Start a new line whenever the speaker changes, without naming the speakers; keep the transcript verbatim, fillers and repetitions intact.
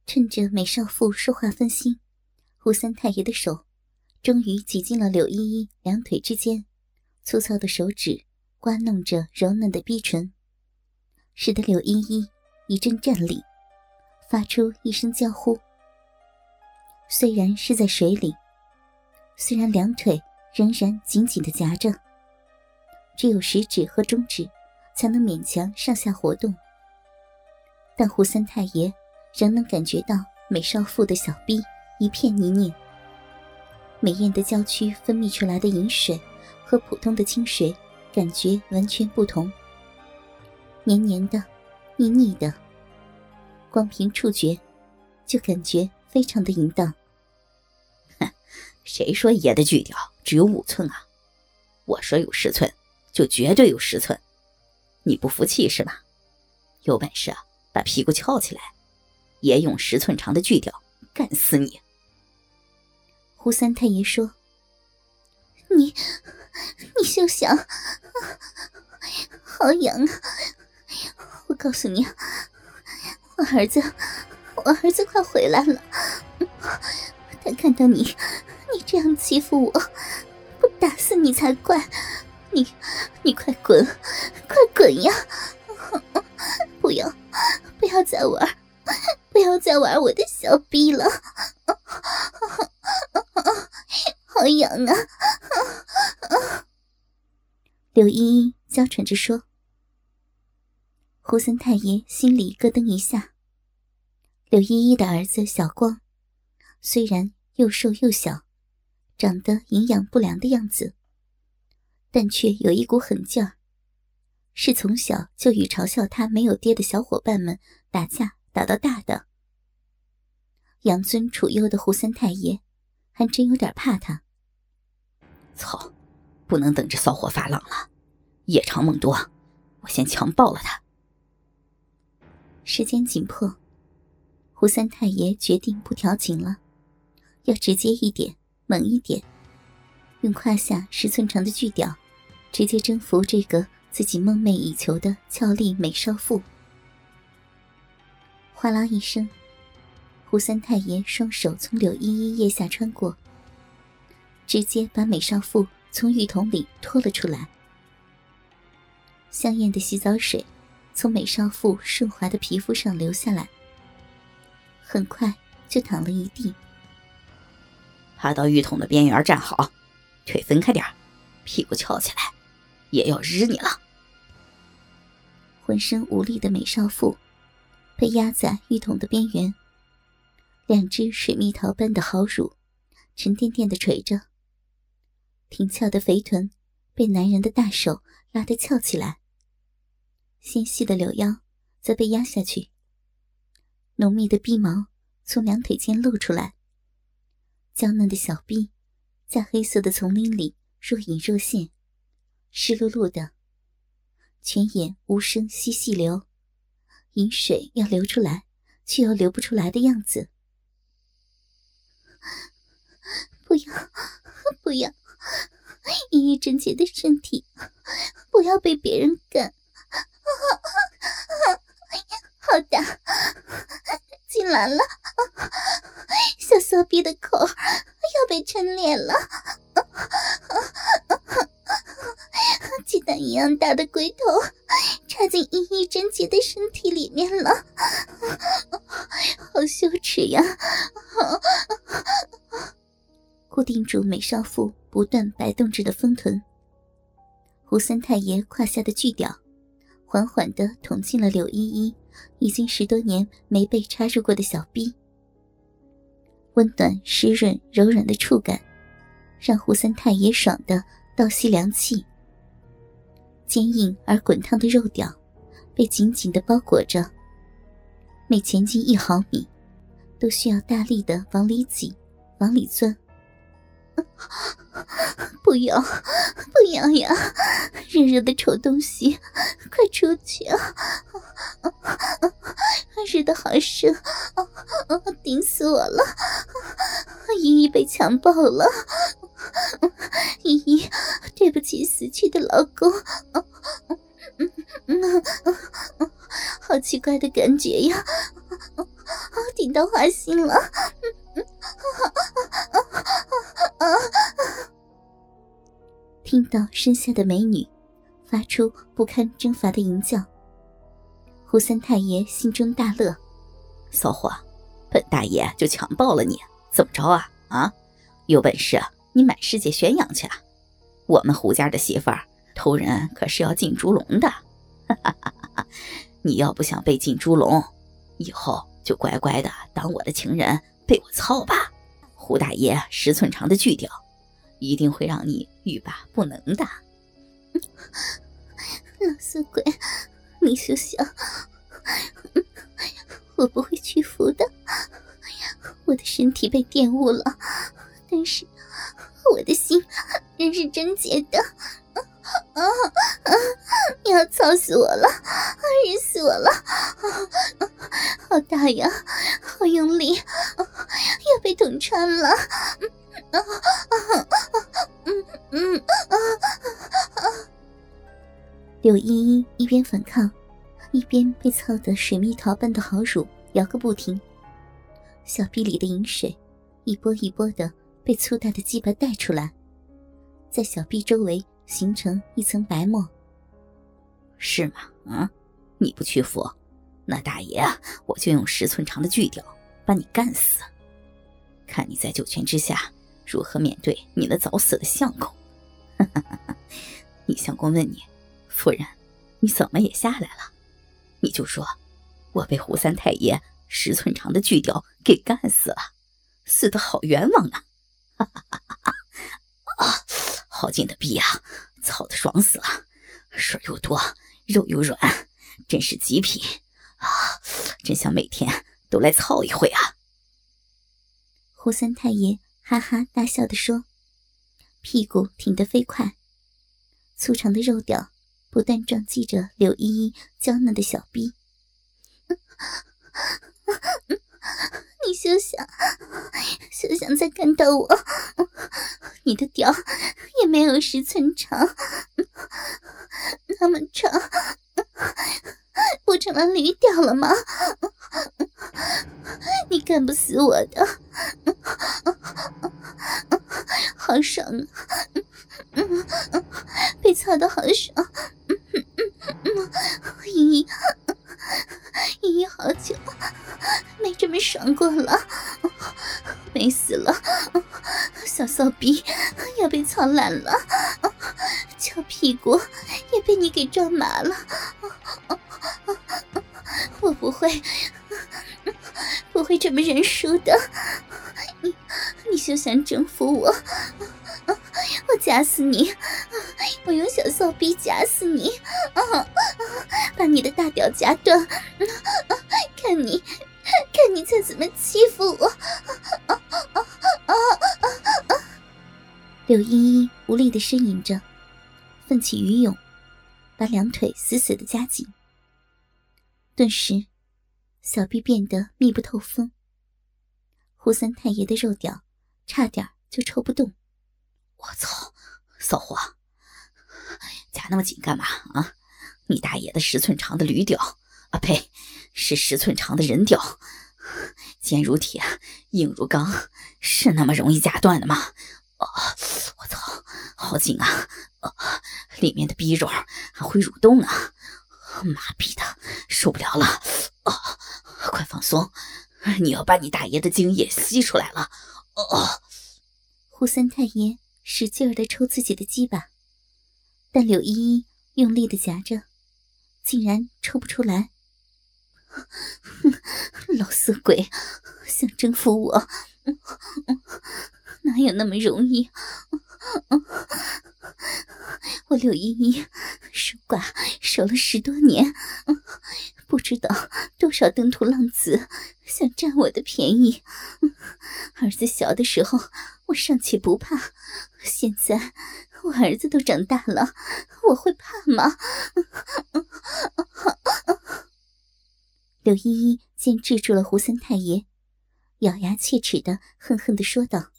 趁着美少妇说话分心，胡三太爷的手终于挤进了柳依依两腿之间，粗糙的手指刮弄着柔嫩的逼唇，使得柳依依一阵战栗，发出一声娇呼。虽然是在水里，虽然两腿仍然紧紧地夹着，只有食指和中指才能勉强上下活动，但胡三太爷仍能感觉到美少妇的小臂一片泥泞，美艳的娇躯分泌出来的饮水和普通的清水感觉完全不同，黏黏的，腻腻的，光凭触觉就感觉非常的淫荡。
哼，谁说爷的巨屌只有五寸啊？我说有十寸，就绝对有十寸。你不服气是吧？有本事啊，把屁股翘起来，爷用十寸长的巨屌干死你！
胡三太爷说：“你，你休想！好痒啊！我告诉你，我儿子，我儿子快回来了。他看到你，你这样欺负我，不打死你才怪！你，你快滚，快滚呀！不要，不要再玩，不要再玩我的小逼了！好痒啊！”柳依依娇喘着说。胡三太爷心里咯噔一下，柳依依的儿子小光虽然又瘦又小，长得营养不良的样子，但却有一股狠劲儿，是从小就与嘲笑他没有爹的小伙伴们打架打到大的。养尊处优的胡三太爷还真有点怕他。
操，不能等着骚货发浪了，夜长梦多，我先强暴了他。
时间紧迫，胡三太爷决定不调情了，要直接一点，猛一点，用胯下十寸长的巨屌直接征服这个自己梦寐以求的俏丽美少妇。哗啦一声，胡三太爷双手从柳依依腋下穿过，直接把美少妇从浴桶里拖了出来。香艳的洗澡水从美少妇顺滑的皮肤上流下来，很快就淌了一地。
爬到浴桶的边缘站好，腿分开点，屁股翘起来，也要日你了。
浑身无力的美少妇被压在浴桶的边缘，两只水蜜桃般的好乳沉甸甸地垂着，挺翘的肥臀被男人的大手拉得翘起来，纤细的柳腰则被压下去，浓密的逼毛从两腿间露出来，娇嫩的小臂在黑色的丛林里若隐若现，湿漉漉的，泉眼无声惜细流，饮水要流出来却又流不出来的样子。不要，不要，依依贞洁的身体不要被别人干。好大，进来了，小骚逼的口要被撑裂了，鸡蛋一样大的龟头插进依依贞洁的身体里面了，好羞耻呀！固定住美少妇不断摆动着的丰臀，胡三太爷胯下的巨屌缓缓地捅进了柳依依已经十多年没被插入过的小臂。温暖湿润柔软的触感让胡三太爷爽得倒吸凉气，坚硬而滚烫的肉屌被紧紧地包裹着，每前进一毫米都需要大力地往里挤往里钻。不要，不要呀！热热的丑东西，快出去啊！热得好深，顶死我了！依依被强暴了，依依，对不起死去的老公。好奇怪的感觉呀！ 顶到花心了。听到身下的美女发出不堪征伐的吟叫，胡三太爷心中大乐。
骚货，本大爷就强暴了你，怎么着啊？啊，有本事你满世界宣扬去啊！我们胡家的媳妇儿偷人可是要进猪笼的。你要不想被进猪笼，以后就乖乖的当我的情人，被我操吧。胡大爷十寸长的巨屌，一定会让你欲罢不能的。
老色鬼，你休想，我不会屈服的。我的身体被玷污了，但是我的心仍是贞洁的。啊啊！你要操死我了，热死我了！啊，好大呀，好用力，要被捅穿了！啊啊啊！嗯嗯啊啊！柳依依一边反抗，一边被操得水蜜桃般的好乳摇个不停，小臂里的饮水一波一波的被粗大的鸡巴带出来，在小臂周围形成一层白沫。
是吗？啊，你不屈服，那大爷啊，我就用十寸长的巨屌把你干死，看你在九泉之下如何面对你那早死的相公。你相公问你，夫人，你怎么也下来了？你就说，我被胡三太爷十寸长的巨屌给干死了，死得好冤枉啊！啊，好劲的逼啊，操得爽死了，水又多，肉又软，真是极品啊！真想每天都来操一回啊！
胡三太爷哈哈大笑地说，屁股挺得飞快，粗长的肉屌不断撞击着柳依依娇嫩的小臂。你休想，休想再干到我！你的屌也没有十寸长，那么长，不成了驴屌了吗？你干不死我的，好爽啊！被操得好爽，依依，依依，好久没这么爽过了，美死了！小骚逼要被操烂了，翘屁股也被你给撞麻了。我不会，不会这么认输的。你，你休想征服我！我夹死你！我用小骚逼夹死你！把你的大屌夹断！看你，看你再怎么欺负我！柳依依无力地呻吟着，奋起鱼涌，把两腿死死地夹紧。顿时，小臂变得密不透风。胡三太爷的肉屌差点就抽不动。
我操，骚货，夹那么紧干嘛啊？你大爷的十寸长的驴屌啊，呸，是十寸长的人屌，坚如铁，硬如钢，是那么容易夹断的吗？哦，我操，好紧啊！哦，里面的逼肉还会蠕动啊！妈逼的，受不了了！哦，快放松，你要把你大爷的精液吸出来了！哦，
胡三太爷使劲儿地抽自己的鸡巴，但柳依依用力地夹着，竟然抽不出来。老色鬼，想征服我，哪有那么容易？我柳依依守寡守了十多年，不知道多少登徒浪子想占我的便宜。儿子小的时候我尚且不怕，现在我儿子都长大了，我会怕吗？柳依依见制住了胡三太爷，咬牙切齿地恨恨地说道：